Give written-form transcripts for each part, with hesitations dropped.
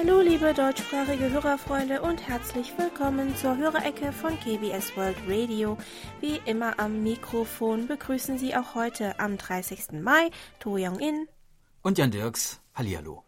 Hallo liebe deutschsprachige Hörerfreunde und herzlich willkommen zur Hörerecke von KBS World Radio. Wie immer am Mikrofon begrüßen Sie auch heute am 30. Mai To Young-in und Jan Dirks. Hallihallo.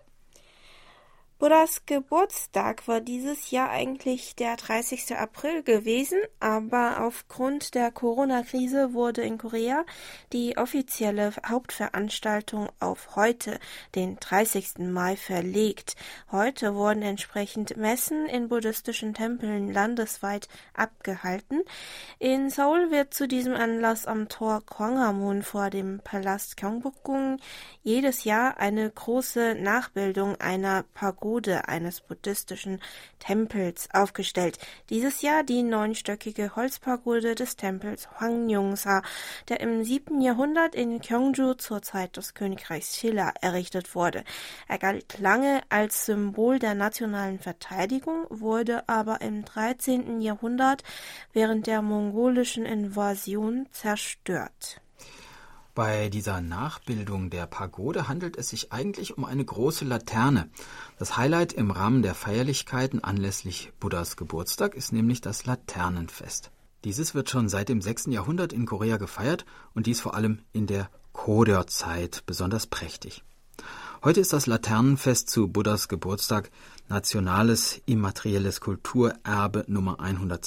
Buddhas Geburtstag war dieses Jahr eigentlich der 30. April gewesen, aber aufgrund der Corona-Krise wurde in Korea die offizielle Hauptveranstaltung auf heute, den 30. Mai, verlegt. Heute wurden entsprechend Messen in buddhistischen Tempeln landesweit abgehalten. In Seoul wird zu diesem Anlass am Tor Gwanghwamun vor dem Palast Gyeongbokgung jedes Jahr eine große Nachbildung einer Pagode eines buddhistischen Tempels aufgestellt. Dieses Jahr die 9-stöckige Holzpagode des Tempels Hwangryongsa, der im 7. Jahrhundert in Gyeongju zur Zeit des Königreichs Silla errichtet wurde. Er galt lange als Symbol der nationalen Verteidigung, wurde aber im 13. Jahrhundert während der mongolischen Invasion zerstört. Bei dieser Nachbildung der Pagode handelt es sich eigentlich um eine große Laterne. Das Highlight im Rahmen der Feierlichkeiten anlässlich Buddhas Geburtstag ist nämlich das Laternenfest. Dieses wird schon seit dem 6. Jahrhundert in Korea gefeiert und dies vor allem in der Goryeo-Zeit besonders prächtig. Heute ist das Laternenfest zu Buddhas Geburtstag nationales immaterielles Kulturerbe Nummer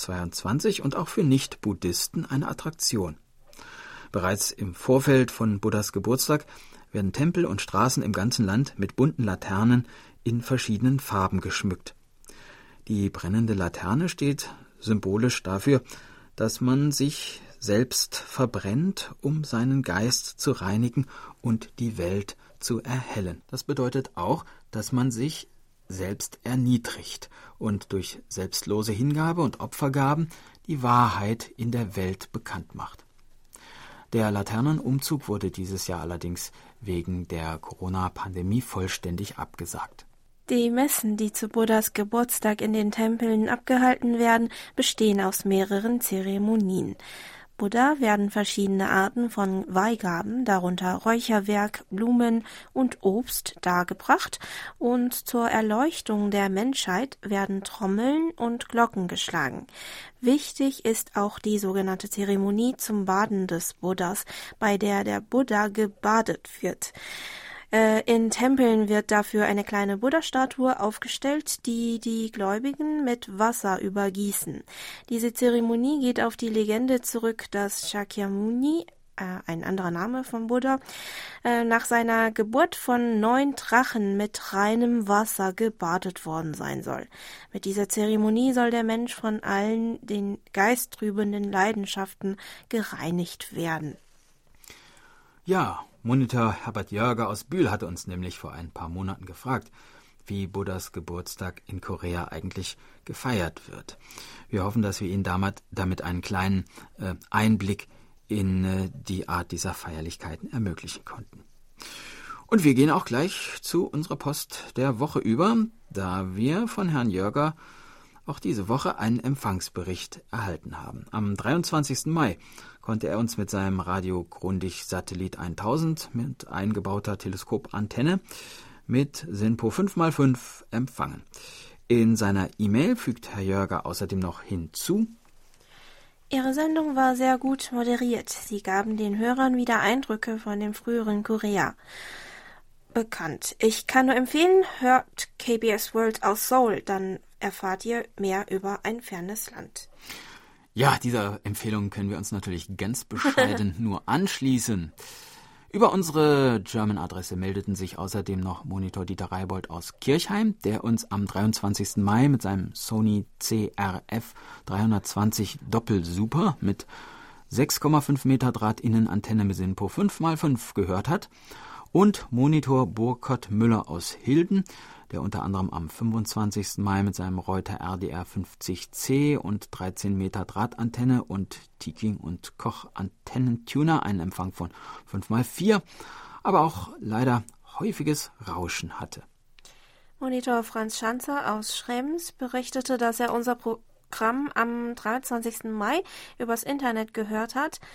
122 und auch für Nicht-Buddhisten eine Attraktion. Bereits im Vorfeld von Buddhas Geburtstag werden Tempel und Straßen im ganzen Land mit bunten Laternen in verschiedenen Farben geschmückt. Die brennende Laterne steht symbolisch dafür, dass man sich selbst verbrennt, um seinen Geist zu reinigen und die Welt zu erhellen. Das bedeutet auch, dass man sich selbst erniedrigt und durch selbstlose Hingabe und Opfergaben die Wahrheit in der Welt bekannt macht. Der Laternenumzug wurde dieses Jahr allerdings wegen der Corona-Pandemie vollständig abgesagt. Die Messen, die zu Buddhas Geburtstag in den Tempeln abgehalten werden, bestehen aus mehreren Zeremonien. Buddha werden verschiedene Arten von Weihgaben, darunter Räucherwerk, Blumen und Obst, dargebracht und zur Erleuchtung der Menschheit werden Trommeln und Glocken geschlagen. Wichtig ist auch die sogenannte Zeremonie zum Baden des Buddhas, bei der der Buddha gebadet wird. In Tempeln wird dafür eine kleine Buddha-Statue aufgestellt, die die Gläubigen mit Wasser übergießen. Diese Zeremonie geht auf die Legende zurück, dass Shakyamuni, ein anderer Name von Buddha, nach seiner Geburt von 9 Drachen mit reinem Wasser gebadet worden sein soll. Mit dieser Zeremonie soll der Mensch von allen den geisttrübenden Leidenschaften gereinigt werden. Ja, Monitor Herbert Jörger aus Bühl hatte uns nämlich vor ein paar Monaten gefragt, wie Buddhas Geburtstag in Korea eigentlich gefeiert wird. Wir hoffen, dass wir Ihnen damit einen kleinen Einblick in die Art dieser Feierlichkeiten ermöglichen konnten. Und wir gehen auch gleich zu unserer Post der Woche über, da wir von Herrn Jörger auch diese Woche einen Empfangsbericht erhalten haben. Am 23. Mai konnte er uns mit seinem Radio Grundig-Satellit 1000 mit eingebauter Teleskopantenne mit SINPO 5x5 empfangen. In seiner E-Mail fügt Herr Jörger außerdem noch hinzu: Ihre Sendung war sehr gut moderiert. Sie gaben den Hörern wieder Eindrücke von dem früheren Korea bekannt. Ich kann nur empfehlen, hört KBS World aus Seoul, dann erfahrt ihr mehr über ein fernes Land. Ja, dieser Empfehlung können wir uns natürlich ganz bescheiden nur anschließen. Über unsere German-Adresse meldeten sich außerdem noch Monitor Dieter Reibold aus Kirchheim, der uns am 23. Mai mit seinem Sony CRF 320 Doppelsuper mit 6,5 Meter Draht-Innenantenne mit SINPO 5x5 gehört hat, und Monitor Burkhard Müller aus Hilden, der unter anderem am 25. Mai mit seinem Reuter RDR 50C und 13 Meter Drahtantenne und Tiking und Koch Antennentuner einen Empfang von 5x4, aber auch leider häufiges Rauschen hatte. Monitor Franz Schanzer aus Schrems berichtete, dass er unser Programm am 23. Mai übers Internet gehört hat.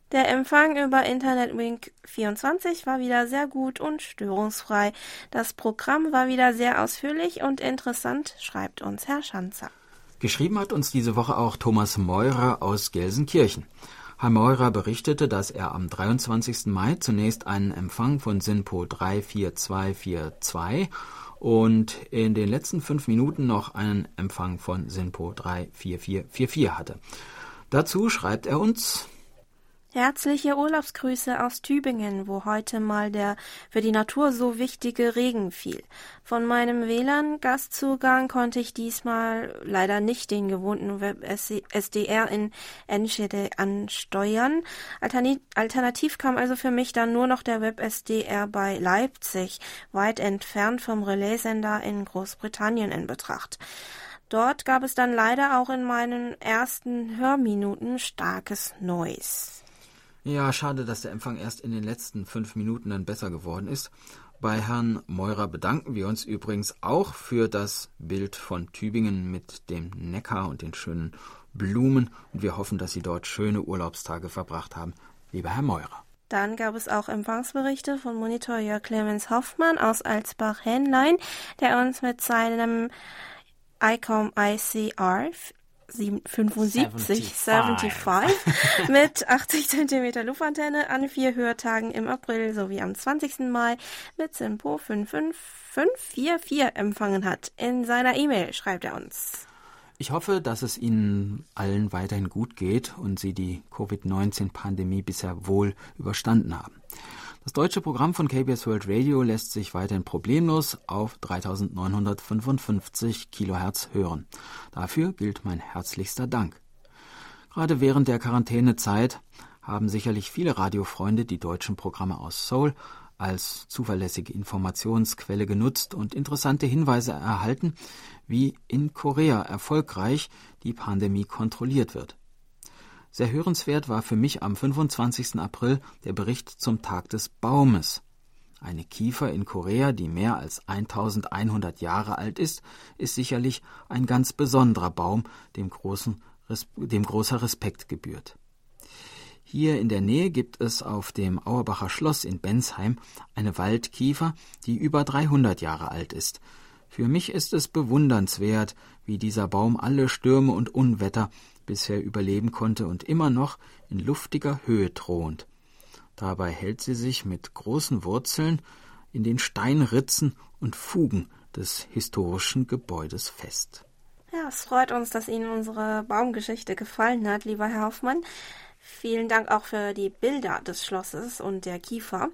Der Empfang über Internetwink 24 war wieder sehr gut und störungsfrei. Das Programm war wieder sehr ausführlich und interessant, schreibt uns Herr Schanzer. Geschrieben hat uns diese Woche auch Thomas Meurer aus Gelsenkirchen. Herr Meurer berichtete, dass er am 23. Mai zunächst einen Empfang von SINPO 34242 und in den letzten 5 Minuten noch einen Empfang von SINPO 34444 hatte. Dazu schreibt er uns: Herzliche Urlaubsgrüße aus Tübingen, wo heute mal der für die Natur so wichtige Regen fiel. Von meinem WLAN-Gastzugang konnte ich diesmal leider nicht den gewohnten Web-SDR in Enschede ansteuern. Alternativ kam also für mich dann nur noch der Web-SDR bei Leipzig, weit entfernt vom Relaissender in Großbritannien in Betracht. Dort gab es dann leider auch in meinen ersten Hörminuten starkes Noise. Ja, schade, dass der Empfang erst in den letzten 5 Minuten dann besser geworden ist. Bei Herrn Meurer bedanken wir uns übrigens auch für das Bild von Tübingen mit dem Neckar und den schönen Blumen. Und wir hoffen, dass Sie dort schöne Urlaubstage verbracht haben, lieber Herr Meurer. Dann gab es auch Empfangsberichte von Monitor Jörg Clemens Hoffmann aus Alsbach-Hähnlein, der uns mit seinem ICOM ICR 75 mit 80 cm Luftantenne an 4 Hörtagen im April sowie am 20. Mai mit SINPO 55544 empfangen hat. In seiner E-Mail schreibt er uns: Ich hoffe, dass es Ihnen allen weiterhin gut geht und Sie die Covid-19-Pandemie bisher wohl überstanden haben. Das deutsche Programm von KBS World Radio lässt sich weiterhin problemlos auf 3955 kHz hören. Dafür gilt mein herzlichster Dank. Gerade während der Quarantänezeit haben sicherlich viele Radiofreunde die deutschen Programme aus Seoul als zuverlässige Informationsquelle genutzt und interessante Hinweise erhalten, wie in Korea erfolgreich die Pandemie kontrolliert wird. Sehr hörenswert war für mich am 25. April der Bericht zum Tag des Baumes. Eine Kiefer in Korea, die mehr als 1100 Jahre alt ist sicherlich ein ganz besonderer Baum, dem großer Respekt gebührt. Hier in der Nähe gibt es auf dem Auerbacher Schloss in Bensheim eine Waldkiefer, die über 300 Jahre alt ist. Für mich ist es bewundernswert, wie dieser Baum alle Stürme und Unwetter bisher überleben konnte und immer noch in luftiger Höhe thront. Dabei hält sie sich mit großen Wurzeln in den Steinritzen und Fugen des historischen Gebäudes fest. Ja, es freut uns, dass Ihnen unsere Baumgeschichte gefallen hat, lieber Herr Hoffmann. Vielen Dank auch für die Bilder des Schlosses und der Kiefer.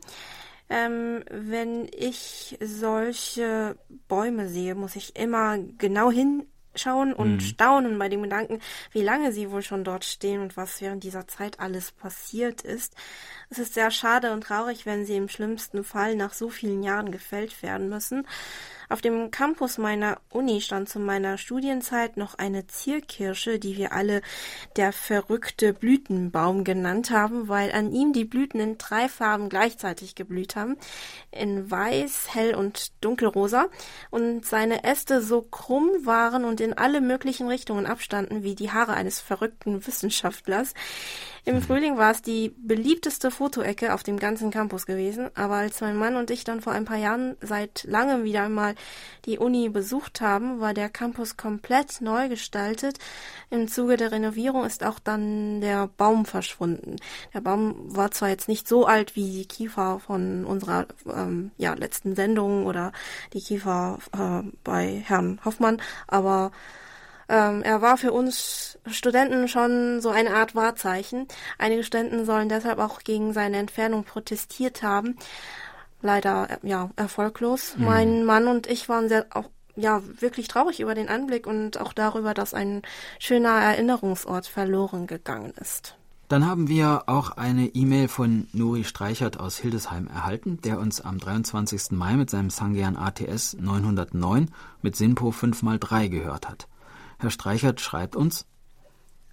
Wenn ich solche Bäume sehe, muss ich immer genau hinschauen und staunen bei dem Gedanken, wie lange sie wohl schon dort stehen und was während dieser Zeit alles passiert ist. Es ist sehr schade und traurig, wenn sie im schlimmsten Fall nach so vielen Jahren gefällt werden müssen. Auf dem Campus meiner Uni stand zu meiner Studienzeit noch eine Zierkirsche, die wir alle der verrückte Blütenbaum genannt haben, weil an ihm die Blüten in 3 Farben gleichzeitig geblüht haben, in Weiß, Hell und Dunkelrosa, und seine Äste so krumm waren und in alle möglichen Richtungen abstanden wie die Haare eines verrückten Wissenschaftlers. Im Frühling war es die beliebteste Fotoecke auf dem ganzen Campus gewesen, aber als mein Mann und ich dann vor ein paar Jahren seit langem wieder einmal die Uni besucht haben, war der Campus komplett neu gestaltet. Im Zuge der Renovierung ist auch dann der Baum verschwunden. Der Baum war zwar jetzt nicht so alt wie die Kiefer von unserer letzten Sendung oder die Kiefer bei Herrn Hoffmann, aber er war für uns Studenten schon so eine Art Wahrzeichen. Einige Studenten sollen deshalb auch gegen seine Entfernung protestiert haben. Leider erfolglos. Mein Mann und ich waren wirklich traurig über den Anblick und auch darüber, dass ein schöner Erinnerungsort verloren gegangen ist. Dann haben wir auch eine E-Mail von Nuri Streichert aus Hildesheim erhalten, der uns am 23. Mai mit seinem Sangyan ATS 909 mit SINPO 5x3 gehört hat. Herr Streichert schreibt uns: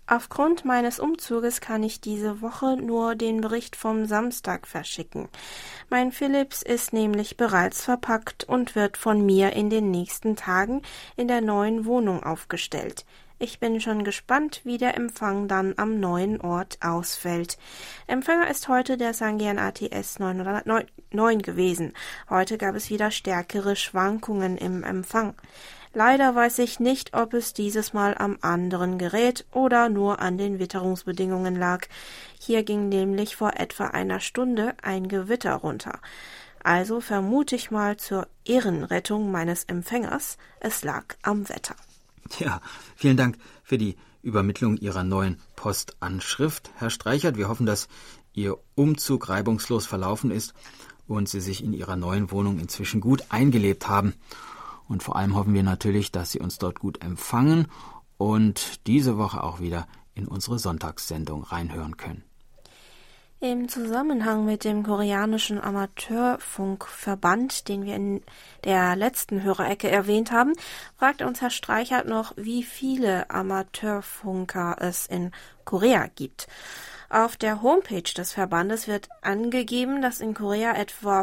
Aufgrund meines Umzuges kann ich diese Woche nur den Bericht vom Samstag verschicken. Mein Philips ist nämlich bereits verpackt und wird von mir in den nächsten Tagen in der neuen Wohnung aufgestellt. Ich bin schon gespannt, wie der Empfang dann am neuen Ort ausfällt. Empfänger ist heute der Sangean ATS 909 gewesen. Heute gab es wieder stärkere Schwankungen im Empfang. Leider weiß ich nicht, ob es dieses Mal am anderen Gerät oder nur an den Witterungsbedingungen lag. Hier ging nämlich vor etwa einer Stunde ein Gewitter runter. Also vermute ich mal zur Ehrenrettung meines Empfängers, es lag am Wetter. Ja, vielen Dank für die Übermittlung Ihrer neuen Postanschrift, Herr Streichert. Wir hoffen, dass Ihr Umzug reibungslos verlaufen ist und Sie sich in Ihrer neuen Wohnung inzwischen gut eingelebt haben. Und vor allem hoffen wir natürlich, dass Sie uns dort gut empfangen und diese Woche auch wieder in unsere Sonntagssendung reinhören können. Im Zusammenhang mit dem koreanischen Amateurfunkverband, den wir in der letzten Hörerecke erwähnt haben, fragt uns Herr Streichert noch, wie viele Amateurfunker es in Korea gibt. Auf der Homepage des Verbandes wird angegeben, dass in Korea etwa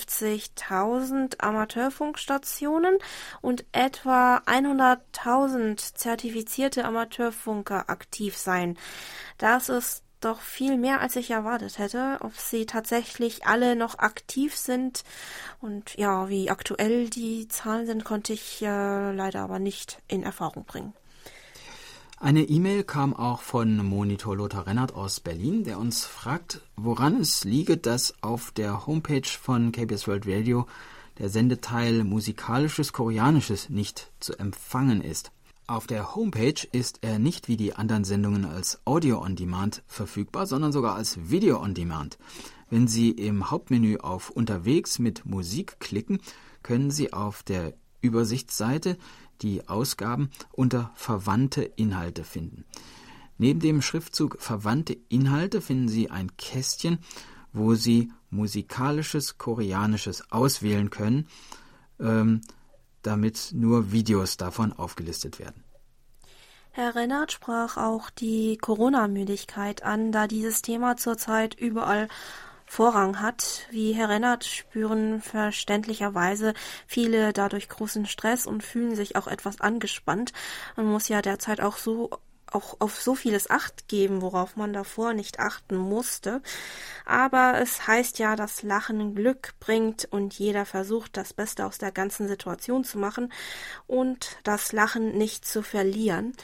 50.000 Amateurfunkstationen und etwa 100.000 zertifizierte Amateurfunker aktiv seien. Das ist doch viel mehr, als ich erwartet hätte. Ob sie tatsächlich alle noch aktiv sind und ja, wie aktuell die Zahlen sind, konnte ich leider aber nicht in Erfahrung bringen. Eine E-Mail kam auch von Monitor Lothar Rennert aus Berlin, der uns fragt, woran es liege, dass auf der Homepage von KBS World Radio der Sendeteil Musikalisches Koreanisches nicht zu empfangen ist. Auf der Homepage ist er nicht wie die anderen Sendungen als Audio-on-Demand verfügbar, sondern sogar als Video-on-Demand. Wenn Sie im Hauptmenü auf Unterwegs mit Musik klicken, können Sie auf der Übersichtsseite die Ausgaben unter Verwandte Inhalte finden. Neben dem Schriftzug Verwandte Inhalte finden Sie ein Kästchen, wo Sie Musikalisches Koreanisches auswählen können, damit nur Videos davon aufgelistet werden. Herr Rennert sprach auch die Corona-Müdigkeit an, da dieses Thema zurzeit überall Vorrang hat. Wie Herr Rennert spüren verständlicherweise viele dadurch großen Stress und fühlen sich auch etwas angespannt. Man muss ja derzeit auch auf so vieles Acht geben, worauf man davor nicht achten musste. Aber es heißt ja, dass Lachen Glück bringt und jeder versucht, das Beste aus der ganzen Situation zu machen und das Lachen nicht zu verlieren.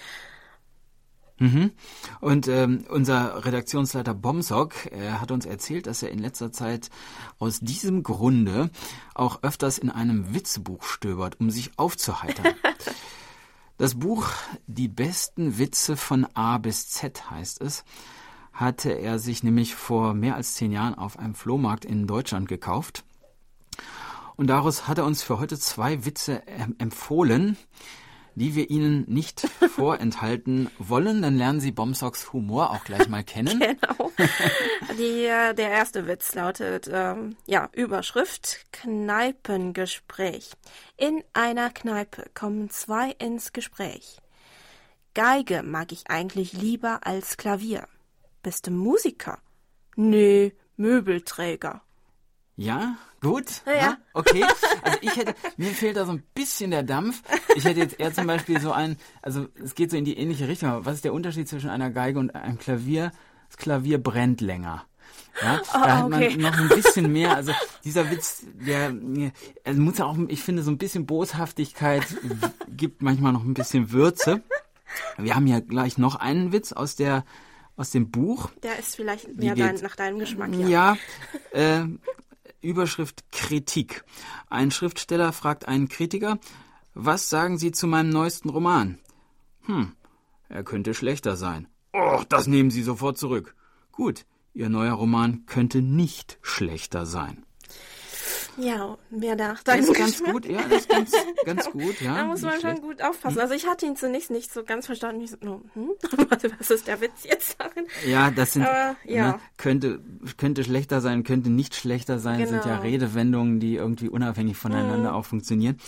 Und unser Redaktionsleiter Bomsock hat uns erzählt, dass er in letzter Zeit aus diesem Grunde auch öfters in einem Witzebuch stöbert, um sich aufzuheitern. Das Buch Die besten Witze von A bis Z heißt es, hatte er sich nämlich vor mehr als 10 Jahren auf einem Flohmarkt in Deutschland gekauft. Und daraus hat er uns für heute 2 Witze empfohlen, die wir Ihnen nicht vorenthalten wollen. Dann lernen Sie Bomsocks Humor auch gleich mal kennen. Genau. Der erste Witz lautet, Überschrift, Kneipengespräch. In einer Kneipe kommen 2 ins Gespräch. Geige mag ich eigentlich lieber als Klavier. Bist du Musiker? Nee, Möbelträger. Ja, gut. Ja. Okay. Also mir fehlt da so ein bisschen der Dampf. Ich hätte jetzt eher zum Beispiel es geht so in die ähnliche Richtung. Aber was ist der Unterschied zwischen einer Geige und einem Klavier? Das Klavier brennt länger. Ja, da hat man noch ein bisschen mehr. Also dieser Witz, muss ja auch, ich finde, so ein bisschen Boshaftigkeit gibt manchmal noch ein bisschen Würze. Wir haben ja gleich noch einen Witz aus dem Buch. Der ist vielleicht mehr nach deinem Geschmack. Ja, Überschrift Kritik. Ein Schriftsteller fragt einen Kritiker, was sagen Sie zu meinem neuesten Roman? Er könnte schlechter sein. Oh, das nehmen Sie sofort zurück. Gut, Ihr neuer Roman könnte nicht schlechter sein. Ja, mehr nach deinem Geschmack. Das ist ganz gut, ja, das ist ganz gut, ja. Da muss man schon gut aufpassen. Also ich hatte ihn zunächst nicht so ganz verstanden. Ich so, was ist der Witz jetzt darin? Ja, das sind, könnte schlechter sein, könnte nicht schlechter sein, sind ja Redewendungen, die irgendwie unabhängig voneinander auch funktionieren.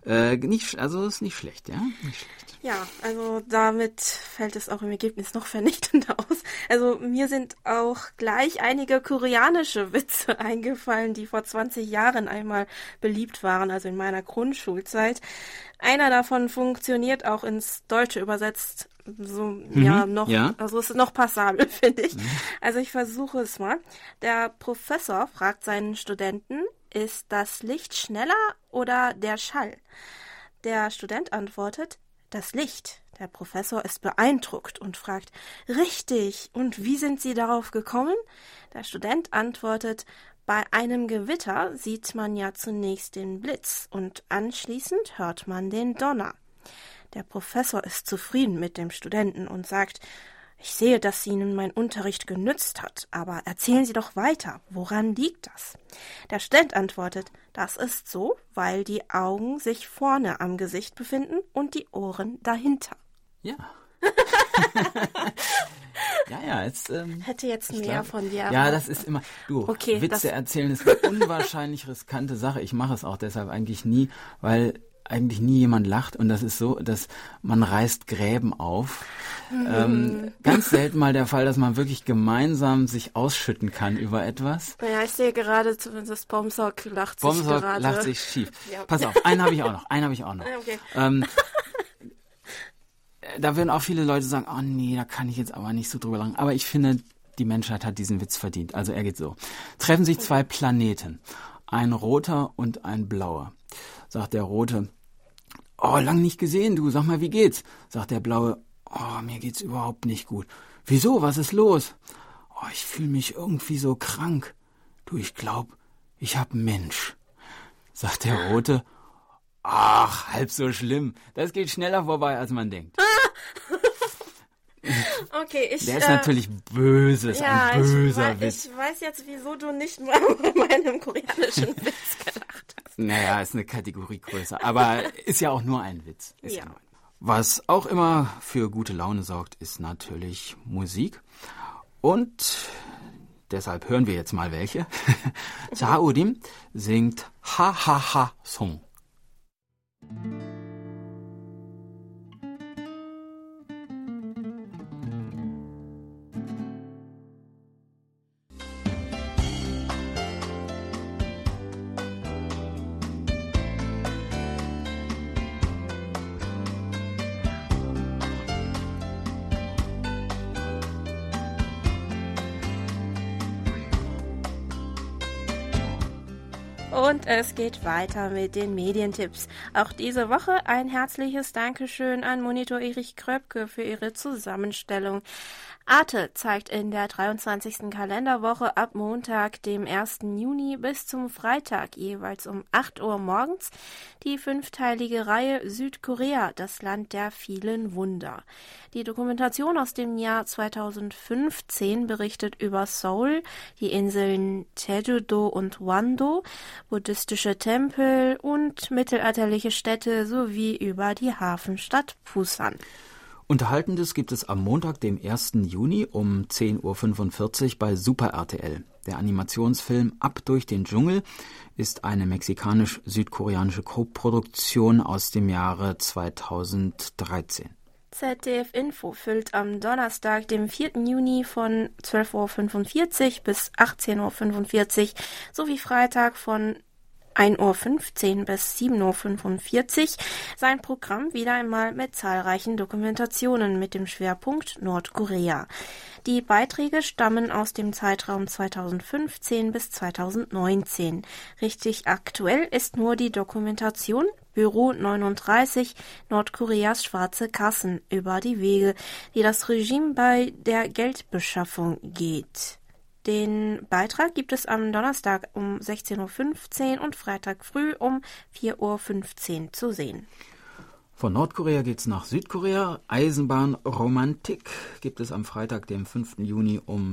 Ist nicht schlecht, ja? Nicht schlecht. Ja, also damit fällt es auch im Ergebnis noch vernichtender aus. Also mir sind auch gleich einige koreanische Witze eingefallen, die vor 20 Jahren einmal beliebt waren, also in meiner Grundschulzeit. Einer davon funktioniert auch ins Deutsche übersetzt also es ist noch passabel, finde ich. Also ich versuche es mal. Der Professor fragt seinen Studenten, ist das Licht schneller oder der Schall? Der Student antwortet, das Licht. Der Professor ist beeindruckt und fragt, richtig, und wie sind Sie darauf gekommen? Der Student antwortet, bei einem Gewitter sieht man ja zunächst den Blitz und anschließend hört man den Donner. Der Professor ist zufrieden mit dem Studenten und sagt, ich sehe, dass Ihnen mein Unterricht genützt hat, aber erzählen Sie doch weiter. Woran liegt das? Der Student antwortet, das ist so, weil die Augen sich vorne am Gesicht befinden und die Ohren dahinter. Ja. Jetzt... Hätte jetzt mehr von dir. Ja, das ist immer... Okay, Witze erzählen ist eine unwahrscheinlich riskante Sache. Ich mache es auch deshalb eigentlich nie, weil eigentlich nie jemand lacht und das ist so, dass man reißt Gräben auf. Ganz selten mal der Fall, dass man wirklich gemeinsam sich ausschütten kann über etwas. Naja, ich sehe gerade, zumindest Bomsock lacht sich gerade. Bomsock lacht sich schief. Ja. Pass auf, einen habe ich auch noch. Okay. Da würden auch viele Leute sagen, oh nee, da kann ich jetzt aber nicht so drüber lachen. Aber ich finde, die Menschheit hat diesen Witz verdient. Also er geht so. Treffen sich zwei Planeten, ein roter und ein blauer. Sagt der Rote, oh, lang nicht gesehen, du, sag mal, wie geht's? Sagt der Blaue, oh, mir geht's überhaupt nicht gut. Wieso, was ist los? Oh, ich fühle mich irgendwie so krank. Du, ich glaube, ich hab Mensch. Sagt der Rote, ach, halb so schlimm. Das geht schneller vorbei, als man denkt. Okay, der ist natürlich böse, ist ein böser Witz. Ich weiß jetzt, wieso du nicht mal bei meinem koreanischen Witz gelacht hast. Naja, ist eine Kategorie größer, aber ist ja auch nur ein Witz. Ja. Was auch immer für gute Laune sorgt, ist natürlich Musik. Und deshalb hören wir jetzt mal welche. Cha-Urim singt Ha-Ha-Ha-Song. Und es geht weiter mit den Medientipps. Auch diese Woche ein herzliches Dankeschön an Monitor Erich Kröpke für ihre Zusammenstellung. Arte zeigt in der 23. Kalenderwoche ab Montag, dem 1. Juni bis zum Freitag jeweils um 8 Uhr morgens die 5-teilige Reihe Südkorea, das Land der vielen Wunder. Die Dokumentation aus dem Jahr 2015 berichtet über Seoul, die Inseln Jeju-do und Won-do, buddhistische Tempel und mittelalterliche Städte sowie über die Hafenstadt Busan. Unterhaltendes gibt es am Montag, dem 1. Juni um 10.45 Uhr bei Super RTL. Der Animationsfilm Ab durch den Dschungel ist eine mexikanisch-südkoreanische Co-Produktion aus dem Jahre 2013. ZDF Info füllt am Donnerstag, dem 4. Juni von 12.45 Uhr bis 18.45 Uhr sowie Freitag von 1.15 Uhr bis 7.45 Uhr sein Programm wieder einmal mit zahlreichen Dokumentationen mit dem Schwerpunkt Nordkorea. Die Beiträge stammen aus dem Zeitraum 2015 bis 2019. Richtig aktuell ist nur die Dokumentation Büro 39 Nordkoreas schwarze Kassen über die Wege, die das Regime bei der Geldbeschaffung geht. Den Beitrag gibt es am Donnerstag um 16.15 Uhr und Freitag früh um 4.15 Uhr zu sehen. Von Nordkorea geht's nach Südkorea. Eisenbahnromantik gibt es am Freitag, dem 5. Juni um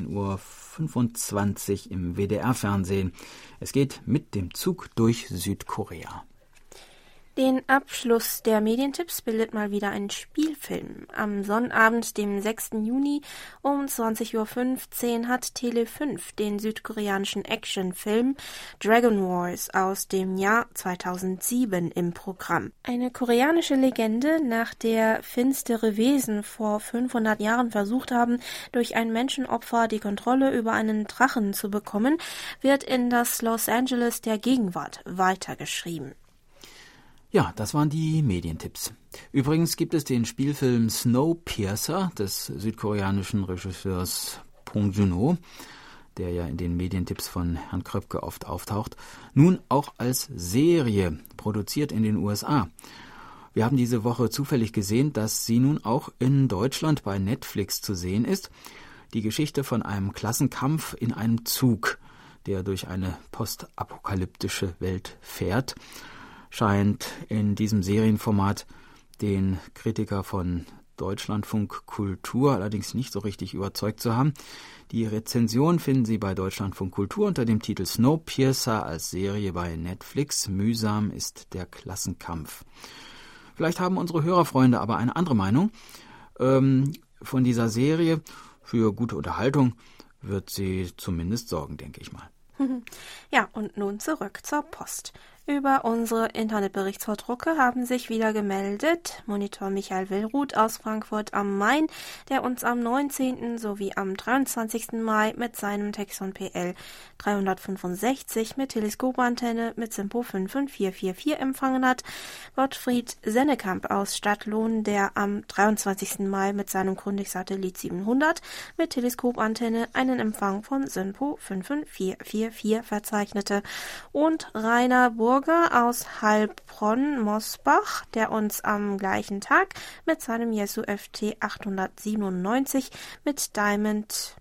14.25 Uhr im WDR-Fernsehen. Es geht mit dem Zug durch Südkorea. Den Abschluss der Medientipps bildet mal wieder ein Spielfilm. Am Sonnabend, dem 6. Juni um 20.15 Uhr hat Tele5 den südkoreanischen Actionfilm Dragon Wars aus dem Jahr 2007 im Programm. Eine koreanische Legende, nach der finstere Wesen vor 500 Jahren versucht haben, durch ein Menschenopfer die Kontrolle über einen Drachen zu bekommen, wird in das Los Angeles der Gegenwart weitergeschrieben. Ja, das waren die Medientipps. Übrigens gibt es den Spielfilm Snowpiercer des südkoreanischen Regisseurs Bong Joon-ho, der ja in den Medientipps von Herrn Kröpke oft auftaucht, nun auch als Serie, produziert in den USA. Wir haben diese Woche zufällig gesehen, dass sie nun auch in Deutschland bei Netflix zu sehen ist. Die Geschichte von einem Klassenkampf in einem Zug, der durch eine postapokalyptische Welt fährt, scheint in diesem Serienformat den Kritiker von Deutschlandfunk Kultur allerdings nicht so richtig überzeugt zu haben. Die Rezension finden Sie bei Deutschlandfunk Kultur unter dem Titel Snowpiercer als Serie bei Netflix. Mühsam ist der Klassenkampf. Vielleicht haben unsere Hörerfreunde aber eine andere Meinung von dieser Serie. Für gute Unterhaltung wird sie zumindest sorgen, denke ich mal. Ja, und nun zurück zur Post. Über unsere Internetberichtsvordrucke haben sich wieder gemeldet Monitor Michael Willruth aus Frankfurt am Main, der uns am 19. sowie am 23. Mai mit seinem Texon PL 365 mit Teleskopantenne mit Simpo 55444 empfangen hat. Gottfried Sennekamp aus Stadtlohn, der am 23. Mai mit seinem Grundig-Satellit 700 mit Teleskopantenne einen Empfang von Simpo 55444 verzeichnete. Und Rainer Burger aus Heilbronn-Mosbach, der uns am gleichen Tag mit seinem Yaesu FT 897 mit Diamond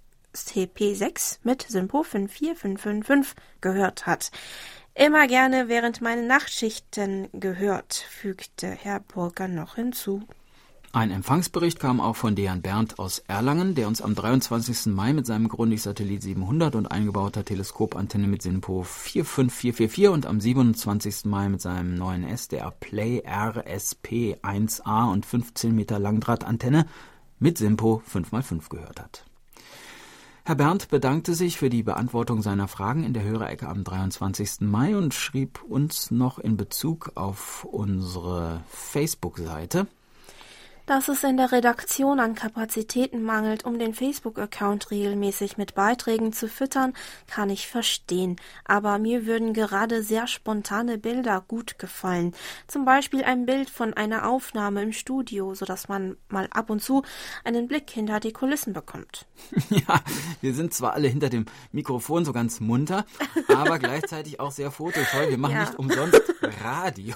CP6 mit Simpo 54555 gehört hat. Immer gerne während meinen Nachtschichten gehört, fügte Herr Burger noch hinzu. Ein Empfangsbericht kam auch von Dejan Berndt aus Erlangen, der uns am 23. Mai mit seinem Grundig-Satellit 700 und eingebauter Teleskopantenne mit Simpo 45444 und am 27. Mai mit seinem neuen SDR Play RSP 1A und 15 Meter Langdrahtantenne mit Simpo 5x5 gehört hat. Herr Berndt bedankte sich für die Beantwortung seiner Fragen in der Hörerecke am 23. Mai und schrieb uns noch in Bezug auf unsere Facebook-Seite: Dass es in der Redaktion an Kapazitäten mangelt, um den Facebook-Account regelmäßig mit Beiträgen zu füttern, kann ich verstehen. Aber mir würden gerade sehr spontane Bilder gut gefallen. Zum Beispiel ein Bild von einer Aufnahme im Studio, sodass man mal ab und zu einen Blick hinter die Kulissen bekommt. Ja, wir sind zwar alle hinter dem Mikrofon so ganz munter, aber gleichzeitig auch sehr fotoscheu. Wir machen nicht umsonst Radio.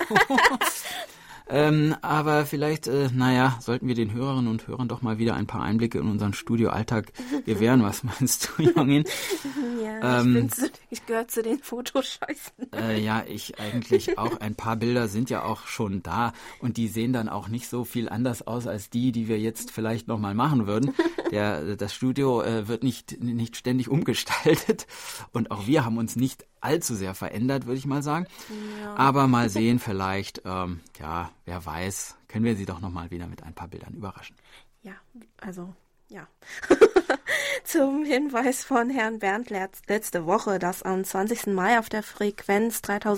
Aber vielleicht, sollten wir den Hörerinnen und Hörern doch mal wieder ein paar Einblicke in unseren Studioalltag gewähren. Was meinst du, Jongin? Ja, ich gehöre zu den Fotoscheißen. Ich eigentlich auch. Ein paar Bilder sind ja auch schon da und die sehen dann auch nicht so viel anders aus als die wir jetzt vielleicht noch mal machen würden. Das Studio wird nicht ständig umgestaltet und auch wir haben uns nicht allzu sehr verändert, würde ich mal sagen. Ja. Aber mal sehen, vielleicht, wer weiß, können wir Sie doch noch mal wieder mit ein paar Bildern überraschen. Ja. Zum Hinweis von Herrn Berndt letzte Woche, dass am 20. Mai auf der Frequenz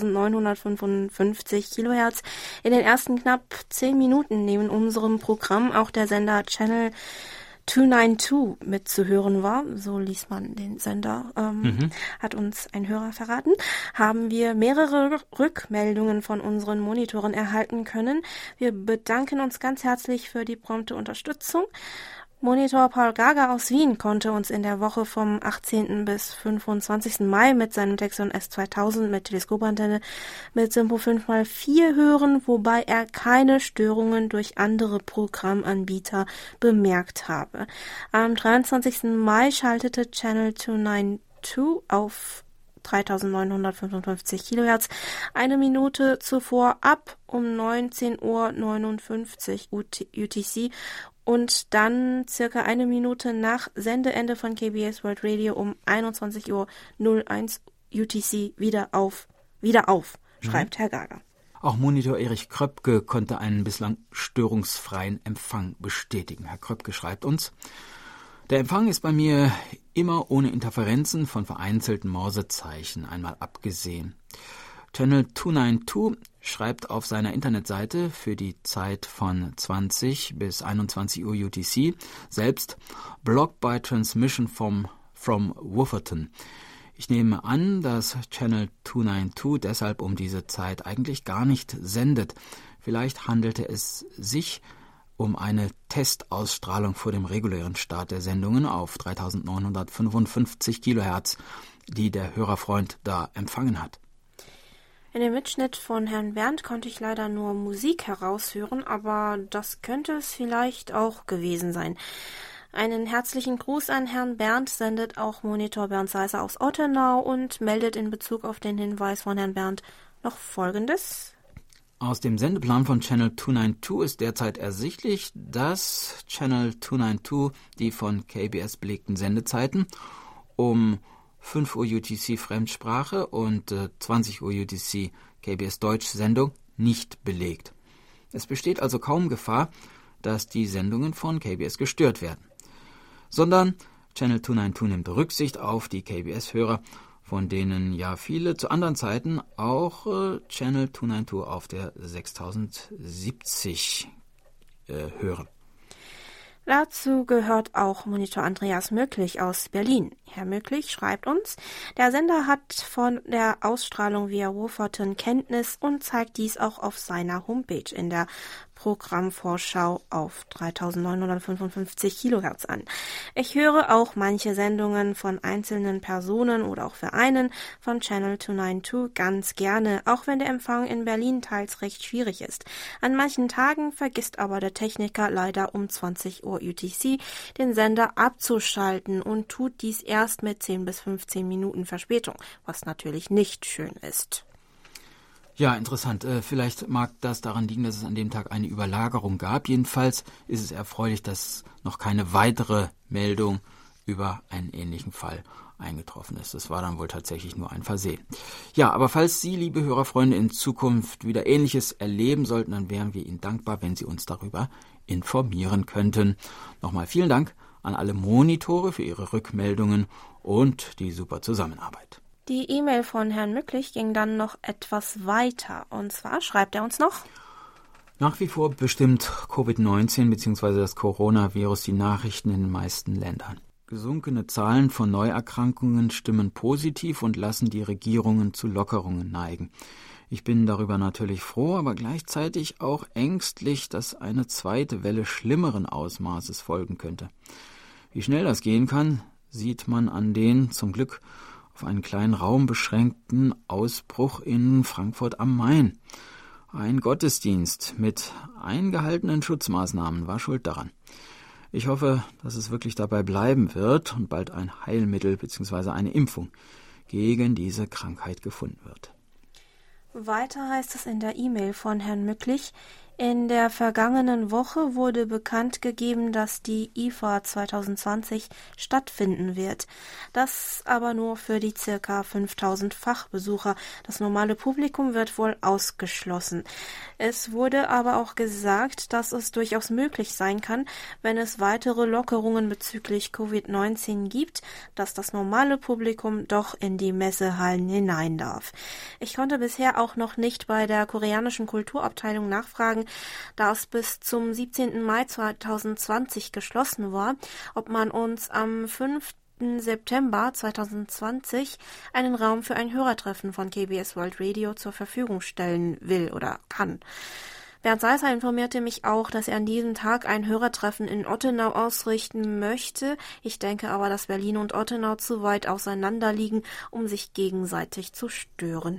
3955 Kilohertz in den ersten knapp 10 Minuten neben unserem Programm auch der Sender Channel 292 mitzuhören war, so ließ man den Sender, hat uns ein Hörer verraten, haben wir mehrere Rückmeldungen von unseren Monitoren erhalten können. Wir bedanken uns ganz herzlich für die prompte Unterstützung. Monitor Paul Gager aus Wien konnte uns in der Woche vom 18. bis 25. Mai mit seinem Texon S2000 mit Teleskopantenne mit Simpo 5x4 hören, wobei er keine Störungen durch andere Programmanbieter bemerkt habe. Am 23. Mai schaltete Channel 292 auf 3955 Kilohertz eine Minute zuvor ab um 19:59 Uhr UTC und dann circa eine Minute nach Sendeende von KBS World Radio um 21:01 UTC wieder auf, schreibt Herr Gager. Auch Monitor Erich Kröpke konnte einen bislang störungsfreien Empfang bestätigen. Herr Kröpke schreibt uns: Der Empfang ist bei mir immer ohne Interferenzen von vereinzelten Morsezeichen, einmal abgesehen. Channel 292 schreibt auf seiner Internetseite für die Zeit von 20 bis 21 Uhr UTC selbst Blocked by Transmission from Wufferton. Ich nehme an, dass Channel 292 deshalb um diese Zeit eigentlich gar nicht sendet. Vielleicht handelte es sich um eine Testausstrahlung vor dem regulären Start der Sendungen auf 3955 Kilohertz, die der Hörerfreund da empfangen hat. In dem Mitschnitt von Herrn Berndt konnte ich leider nur Musik heraushören, aber das könnte es vielleicht auch gewesen sein. Einen herzlichen Gruß an Herrn Berndt sendet auch Monitor Bernd Seisser aus Ottenau und meldet in Bezug auf den Hinweis von Herrn Berndt noch Folgendes. Aus dem Sendeplan von Channel 292 ist derzeit ersichtlich, dass Channel 292 die von KBS belegten Sendezeiten um 5 Uhr UTC Fremdsprache und 20 Uhr UTC KBS Deutsch Sendung nicht belegt. Es besteht also kaum Gefahr, dass die Sendungen von KBS gestört werden, sondern Channel 292 nimmt Rücksicht auf die KBS-Hörer, von denen ja viele zu anderen Zeiten auch Channel 292 auf der 6070 hören. Dazu gehört auch Monitor Andreas Möglich aus Berlin. Herr Möglich schreibt uns: Der Sender hat von der Ausstrahlung via Wufferton Kenntnis und zeigt dies auch auf seiner Homepage in der Programmvorschau auf 3955 Kilohertz an. Ich höre auch manche Sendungen von einzelnen Personen oder auch Vereinen von Channel 292 ganz gerne, auch wenn der Empfang in Berlin teils recht schwierig ist. An manchen Tagen vergisst aber der Techniker leider um 20 Uhr UTC den Sender abzuschalten und tut dies erst mit 10 bis 15 Minuten Verspätung, was natürlich nicht schön ist. Ja, interessant. Vielleicht mag das daran liegen, dass es an dem Tag eine Überlagerung gab. Jedenfalls ist es erfreulich, dass noch keine weitere Meldung über einen ähnlichen Fall eingetroffen ist. Das war dann wohl tatsächlich nur ein Versehen. Ja, aber falls Sie, liebe Hörerfreunde, in Zukunft wieder Ähnliches erleben sollten, dann wären wir Ihnen dankbar, wenn Sie uns darüber informieren könnten. Nochmal vielen Dank an alle Monitore für Ihre Rückmeldungen und die super Zusammenarbeit. Die E-Mail von Herrn Mücklich ging dann noch etwas weiter. Und zwar schreibt er uns noch: Nach wie vor bestimmt Covid-19 bzw. das Coronavirus die Nachrichten in den meisten Ländern. Gesunkene Zahlen von Neuerkrankungen stimmen positiv und lassen die Regierungen zu Lockerungen neigen. Ich bin darüber natürlich froh, aber gleichzeitig auch ängstlich, dass eine zweite Welle schlimmeren Ausmaßes folgen könnte. Wie schnell das gehen kann, sieht man an den zum Glück auf einen kleinen Raum beschränkten Ausbruch in Frankfurt am Main. Ein Gottesdienst mit eingehaltenen Schutzmaßnahmen war schuld daran. Ich hoffe, dass es wirklich dabei bleiben wird und bald ein Heilmittel bzw. eine Impfung gegen diese Krankheit gefunden wird. Weiter heißt es in der E-Mail von Herrn Mücklich: In der vergangenen Woche wurde bekannt gegeben, dass die IFA 2020 stattfinden wird. Das aber nur für die ca. 5000 Fachbesucher. Das normale Publikum wird wohl ausgeschlossen. Es wurde aber auch gesagt, dass es durchaus möglich sein kann, wenn es weitere Lockerungen bezüglich Covid-19 gibt, dass das normale Publikum doch in die Messehallen hinein darf. Ich konnte bisher auch noch nicht bei der koreanischen Kulturabteilung nachfragen, da es bis zum 17. Mai 2020 geschlossen war, ob man uns am 5. September 2020 einen Raum für ein Hörertreffen von KBS World Radio zur Verfügung stellen will oder kann. Bernd Seisser informierte mich auch, dass er an diesem Tag ein Hörertreffen in Ottenau ausrichten möchte. Ich denke aber, dass Berlin und Ottenau zu weit auseinander liegen, um sich gegenseitig zu stören.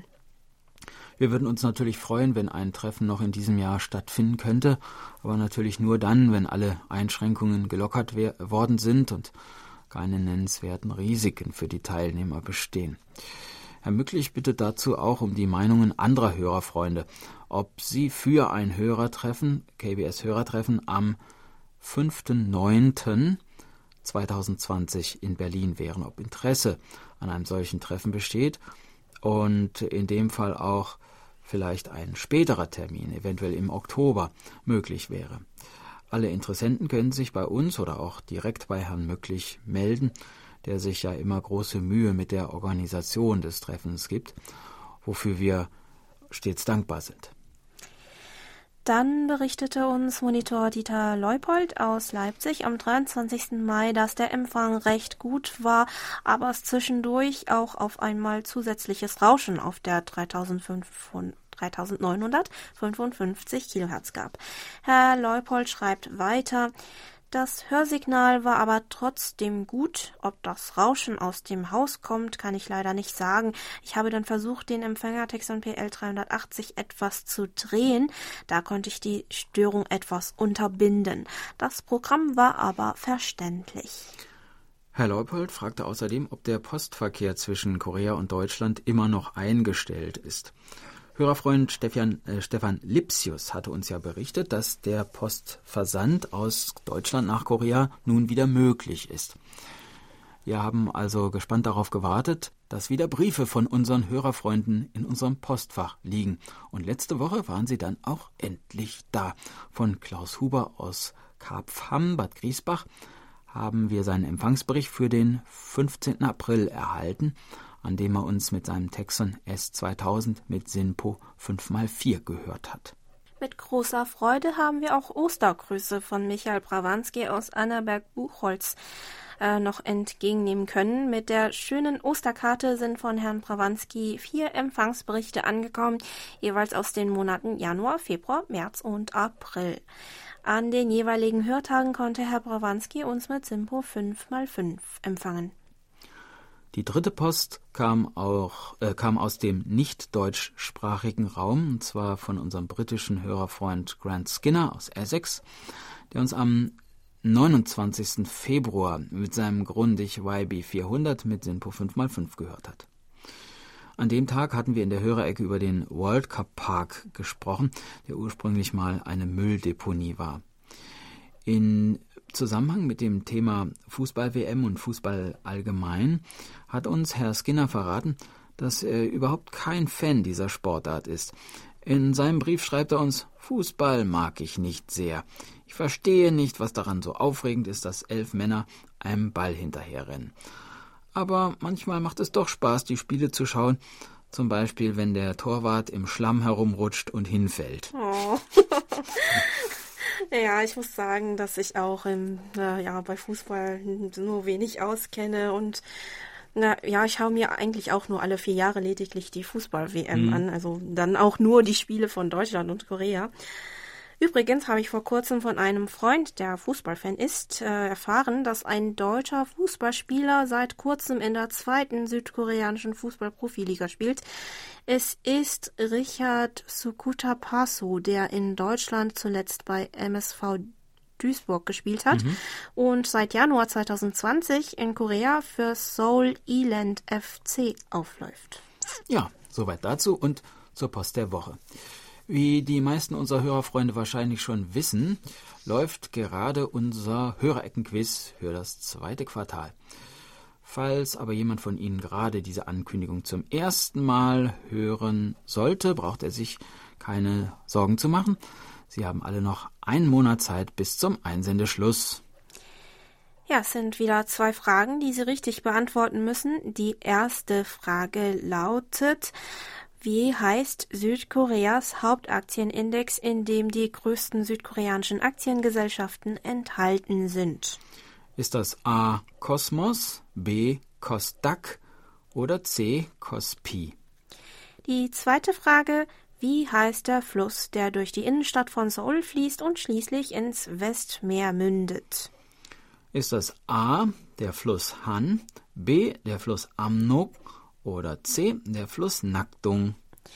Wir würden uns natürlich freuen, wenn ein Treffen noch in diesem Jahr stattfinden könnte, aber natürlich nur dann, wenn alle Einschränkungen gelockert worden sind und keine nennenswerten Risiken für die Teilnehmer bestehen. Herr Mücklich bittet dazu auch um die Meinungen anderer Hörerfreunde, ob sie für ein Hörertreffen, KBS-Hörertreffen am 5.9.2020 in Berlin wären, ob Interesse an einem solchen Treffen besteht und in dem Fall auch vielleicht ein späterer Termin, eventuell im Oktober, möglich wäre. Alle Interessenten können sich bei uns oder auch direkt bei Herrn Möcklich melden, der sich ja immer große Mühe mit der Organisation des Treffens gibt, wofür wir stets dankbar sind. Dann berichtete uns Monitor Dieter Leupold aus Leipzig am 23. Mai, dass der Empfang recht gut war, aber es zwischendurch auch auf einmal zusätzliches Rauschen auf der 3955 Kilohertz gab. Herr Leupold schreibt weiter: Das Hörsignal war aber trotzdem gut. Ob das Rauschen aus dem Haus kommt, kann ich leider nicht sagen. Ich habe dann versucht, den Empfänger Texon PL 380 etwas zu drehen. Da konnte ich die Störung etwas unterbinden. Das Programm war aber verständlich. Herr Leupold fragte außerdem, ob der Postverkehr zwischen Korea und Deutschland immer noch eingestellt ist. Hörerfreund Stefan Lipsius hatte uns ja berichtet, dass der Postversand aus Deutschland nach Korea nun wieder möglich ist. Wir haben also gespannt darauf gewartet, dass wieder Briefe von unseren Hörerfreunden in unserem Postfach liegen. Und letzte Woche waren sie dann auch endlich da. Von Klaus Huber aus Karpfham, Bad Griesbach, haben wir seinen Empfangsbericht für den 15. April erhalten, an dem er uns mit seinem Texon S2000 mit SINPO 5x4 gehört hat. Mit großer Freude haben wir auch Ostergrüße von Michael Brawanski aus Annaberg-Buchholz noch entgegennehmen können. Mit der schönen Osterkarte sind von Herrn Brawanski 4 Empfangsberichte angekommen, jeweils aus den Monaten Januar, Februar, März und April. An den jeweiligen Hörtagen konnte Herr Brawanski uns mit SINPO 5x5 empfangen. Die dritte Post kam aus dem nicht deutschsprachigen Raum, und zwar von unserem britischen Hörerfreund Grant Skinner aus Essex, der uns am 29. Februar mit seinem Grundig YB400 mit SINPO 5x5 gehört hat. An dem Tag hatten wir in der Hörerecke über den World Cup Park gesprochen, der ursprünglich mal eine Mülldeponie war. In Zusammenhang mit dem Thema Fußball-WM und Fußball allgemein hat uns Herr Skinner verraten, dass er überhaupt kein Fan dieser Sportart ist. In seinem Brief schreibt er uns: Fußball mag ich nicht sehr. Ich verstehe nicht, was daran so aufregend ist, dass 11 Männer einem Ball hinterherrennen. Aber manchmal macht es doch Spaß, die Spiele zu schauen. Zum Beispiel, wenn der Torwart im Schlamm herumrutscht und hinfällt. Oh. Ja, ich muss sagen, dass ich auch bei Fußball nur wenig auskenne und ich schaue mir eigentlich auch nur alle 4 Jahre lediglich die Fußball-WM an, also dann auch nur die Spiele von Deutschland und Korea. Übrigens habe ich vor kurzem von einem Freund, der Fußballfan ist, erfahren, dass ein deutscher Fußballspieler seit kurzem in der 2. südkoreanischen Fußball-Profiliga spielt. Es ist Richard Sukutapaso, der in Deutschland zuletzt bei MSV Duisburg gespielt hat und seit Januar 2020 in Korea für Seoul Eland FC aufläuft. Ja, soweit dazu und zur Post der Woche. Wie die meisten unserer Hörerfreunde wahrscheinlich schon wissen, läuft gerade unser Hörereckenquiz für das 2. Quartal. Falls aber jemand von Ihnen gerade diese Ankündigung zum ersten Mal hören sollte, braucht er sich keine Sorgen zu machen. Sie haben alle noch einen Monat Zeit bis zum Einsendeschluss. Ja, es sind wieder 2 Fragen, die Sie richtig beantworten müssen. Die erste Frage lautet: Wie heißt Südkoreas Hauptaktienindex, in dem die größten südkoreanischen Aktiengesellschaften enthalten sind? Ist das A. Kosmos, B. Kosdaq oder C. Kospi? Die zweite Frage: Wie heißt der Fluss, der durch die Innenstadt von Seoul fließt und schließlich ins Westmeer mündet? Ist das A. der Fluss Han, B. der Fluss Amnok oder C. der Fluss Nakdong?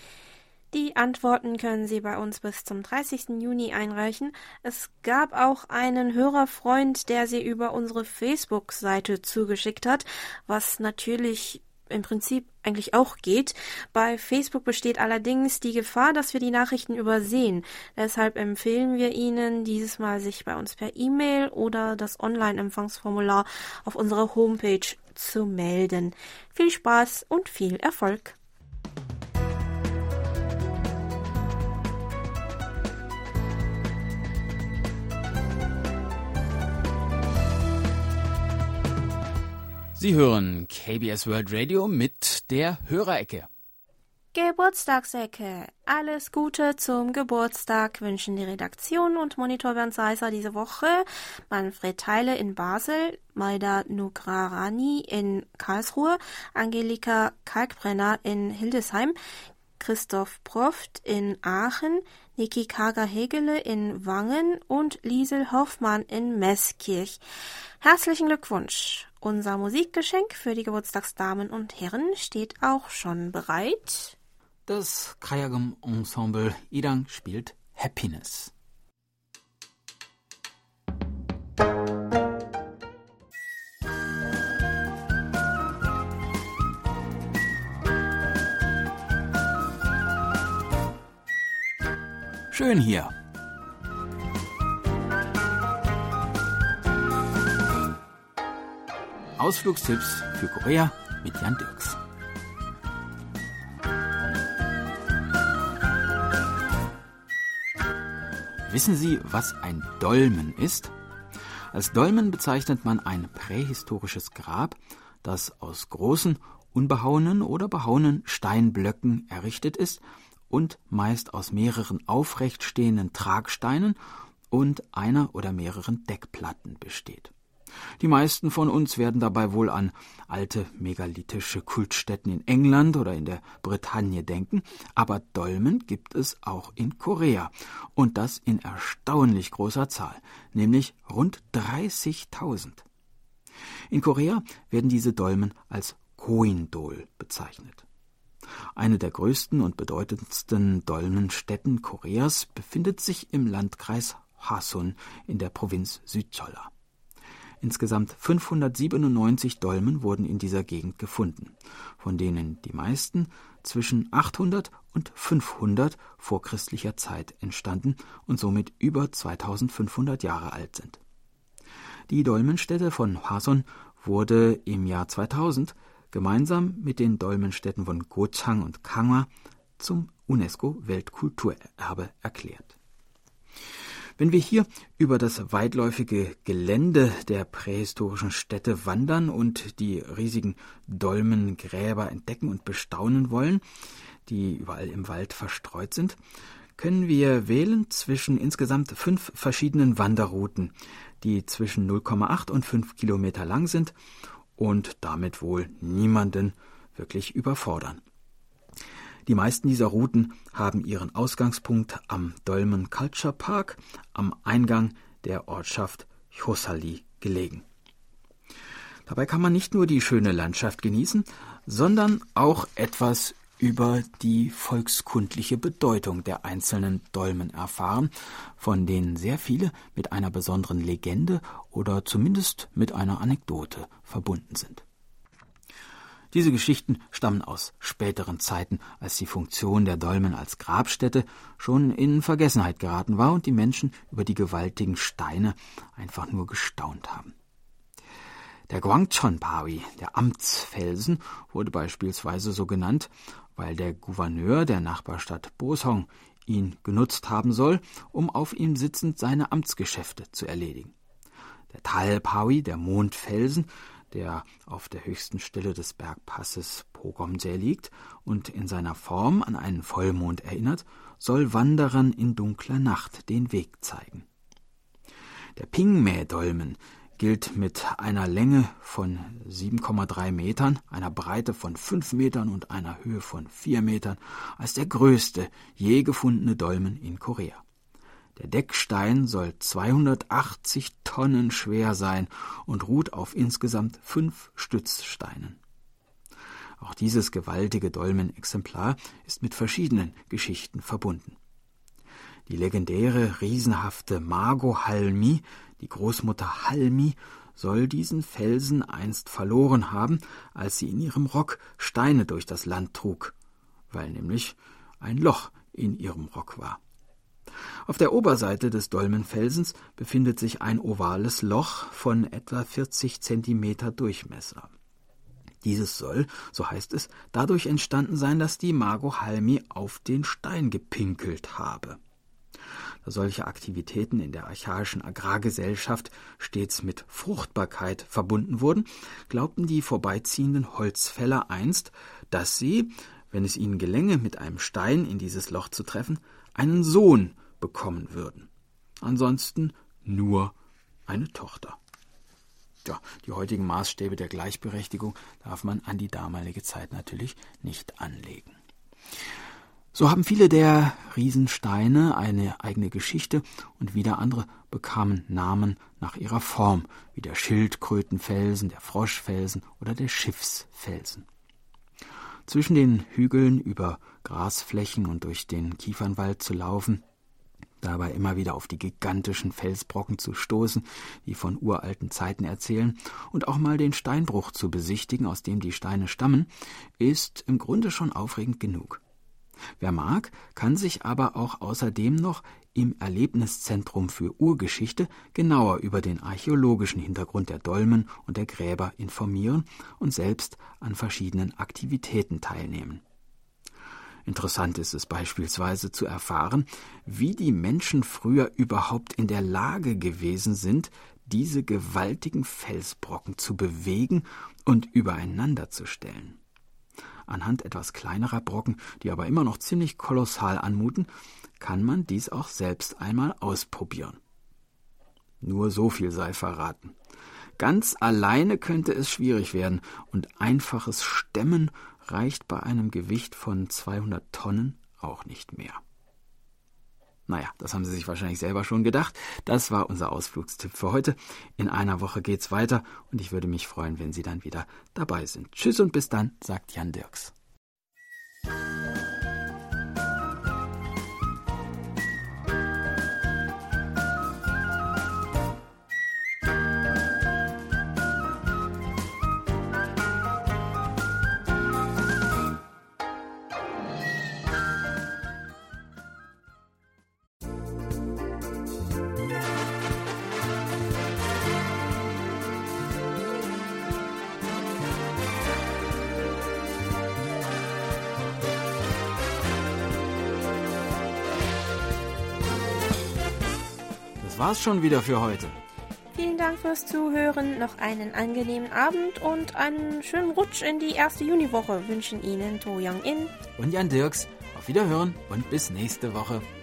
Die Antworten können Sie bei uns bis zum 30. Juni einreichen. Es gab auch einen Hörerfreund, der sie über unsere Facebook-Seite zugeschickt hat, was natürlich im Prinzip eigentlich auch geht. Bei Facebook besteht allerdings die Gefahr, dass wir die Nachrichten übersehen. Deshalb empfehlen wir Ihnen, dieses Mal sich bei uns per E-Mail oder das Online-Empfangsformular auf unserer Homepage zu melden. Viel Spaß und viel Erfolg! Sie hören KBS World Radio mit der Hörerecke. Geburtstagsecke. Alles Gute zum Geburtstag wünschen die Redaktion und Monitor Bernd Seiser diese Woche. Manfred Theile in Basel, Maida Nugrarani in Karlsruhe, Angelika Kalkbrenner in Hildesheim, Christoph Proft in Aachen, Niki Kager-Hegele in Wangen und Liesel Hoffmann in Meßkirch. Herzlichen Glückwunsch! Unser Musikgeschenk für die Geburtstagsdamen und Herren steht auch schon bereit. Das Kayagum Ensemble Irang spielt Happiness. Schön hier. Ausflugstipps für Korea mit Jan Dirks. Wissen Sie, was ein Dolmen ist? Als Dolmen bezeichnet man ein prähistorisches Grab, das aus großen, unbehauenen oder behauenen Steinblöcken errichtet ist und meist aus mehreren aufrecht stehenden Tragsteinen und einer oder mehreren Deckplatten besteht. Die meisten von uns werden dabei wohl an alte megalithische Kultstätten in England oder in der Bretagne denken, aber Dolmen gibt es auch in Korea und das in erstaunlich großer Zahl, nämlich rund 30.000. In Korea werden diese Dolmen als Koindol bezeichnet. Eine der größten und bedeutendsten Dolmenstätten Koreas befindet sich im Landkreis Hwasun in der Provinz Südcholla. Insgesamt 597 Dolmen wurden in dieser Gegend gefunden, von denen die meisten zwischen 800 und 500 vor christlicher Zeit entstanden und somit über 2500 Jahre alt sind. Die Dolmenstätte von Hwasun wurde im Jahr 2000 gemeinsam mit den Dolmenstätten von Gochang und Gangwon zum UNESCO-Weltkulturerbe erklärt. Wenn wir hier über das weitläufige Gelände der prähistorischen Städte wandern und die riesigen Dolmengräber entdecken und bestaunen wollen, die überall im Wald verstreut sind, können wir wählen zwischen insgesamt 5 verschiedenen Wanderrouten, die zwischen 0,8 und 5 Kilometer lang sind und damit wohl niemanden wirklich überfordern. Die meisten dieser Routen haben ihren Ausgangspunkt am Dolmen Culture Park am Eingang der Ortschaft Hosali gelegen. Dabei kann man nicht nur die schöne Landschaft genießen, sondern auch etwas über die volkskundliche Bedeutung der einzelnen Dolmen erfahren, von denen sehr viele mit einer besonderen Legende oder zumindest mit einer Anekdote verbunden sind. Diese Geschichten stammen aus späteren Zeiten, als die Funktion der Dolmen als Grabstätte schon in Vergessenheit geraten war und die Menschen über die gewaltigen Steine einfach nur gestaunt haben. Der Gwangcheon-Pawi, der Amtsfelsen, wurde beispielsweise so genannt, weil der Gouverneur der Nachbarstadt Bosong ihn genutzt haben soll, um auf ihm sitzend seine Amtsgeschäfte zu erledigen. Der Tal-Pawi, der Mondfelsen, der auf der höchsten Stelle des Bergpasses Pogomse liegt und in seiner Form an einen Vollmond erinnert, soll Wanderern in dunkler Nacht den Weg zeigen. Der Pingme-Dolmen gilt mit einer Länge von 7,3 Metern, einer Breite von 5 Metern und einer Höhe von 4 Metern als der größte je gefundene Dolmen in Korea. Der Deckstein soll 280 Tonnen schwer sein und ruht auf insgesamt 5 Stützsteinen. Auch dieses gewaltige Dolmenexemplar ist mit verschiedenen Geschichten verbunden. Die legendäre, riesenhafte Margo Halmi, die Großmutter Halmi, soll diesen Felsen einst verloren haben, als sie in ihrem Rock Steine durch das Land trug, weil nämlich ein Loch in ihrem Rock war. Auf der Oberseite des Dolmenfelsens befindet sich ein ovales Loch von etwa 40 Zentimeter Durchmesser. Dieses soll, so heißt es, dadurch entstanden sein, dass die Margo Halmi auf den Stein gepinkelt habe. Da solche Aktivitäten in der archaischen Agrargesellschaft stets mit Fruchtbarkeit verbunden wurden, glaubten die vorbeiziehenden Holzfäller einst, dass sie, wenn es ihnen gelänge, mit einem Stein in dieses Loch zu treffen, einen Sohn bekommen würden. Ansonsten nur eine Tochter. Ja, die heutigen Maßstäbe der Gleichberechtigung darf man an die damalige Zeit natürlich nicht anlegen. So haben viele der Riesensteine eine eigene Geschichte und wieder andere bekamen Namen nach ihrer Form, wie der Schildkrötenfelsen, der Froschfelsen oder der Schiffsfelsen. Zwischen den Hügeln über Grasflächen und durch den Kiefernwald zu laufen, dabei immer wieder auf die gigantischen Felsbrocken zu stoßen, die von uralten Zeiten erzählen, und auch mal den Steinbruch zu besichtigen, aus dem die Steine stammen, ist im Grunde schon aufregend genug. Wer mag, kann sich aber auch außerdem noch im Erlebniszentrum für Urgeschichte genauer über den archäologischen Hintergrund der Dolmen und der Gräber informieren und selbst an verschiedenen Aktivitäten teilnehmen. Interessant ist es beispielsweise zu erfahren, wie die Menschen früher überhaupt in der Lage gewesen sind, diese gewaltigen Felsbrocken zu bewegen und übereinander zu stellen. Anhand etwas kleinerer Brocken, die aber immer noch ziemlich kolossal anmuten, kann man dies auch selbst einmal ausprobieren. Nur so viel sei verraten. Ganz alleine könnte es schwierig werden und einfaches Stemmen reicht bei einem Gewicht von 200 Tonnen auch nicht mehr. Naja, das haben Sie sich wahrscheinlich selber schon gedacht. Das war unser Ausflugstipp für heute. In einer Woche geht's weiter und ich würde mich freuen, wenn Sie dann wieder dabei sind. Tschüss und bis dann, sagt Jan Dirks. Das war's schon wieder für heute. Vielen Dank fürs Zuhören, noch einen angenehmen Abend und einen schönen Rutsch in die erste Juniwoche wünschen Ihnen To Young In und Jan Dirks. Auf Wiederhören und bis nächste Woche.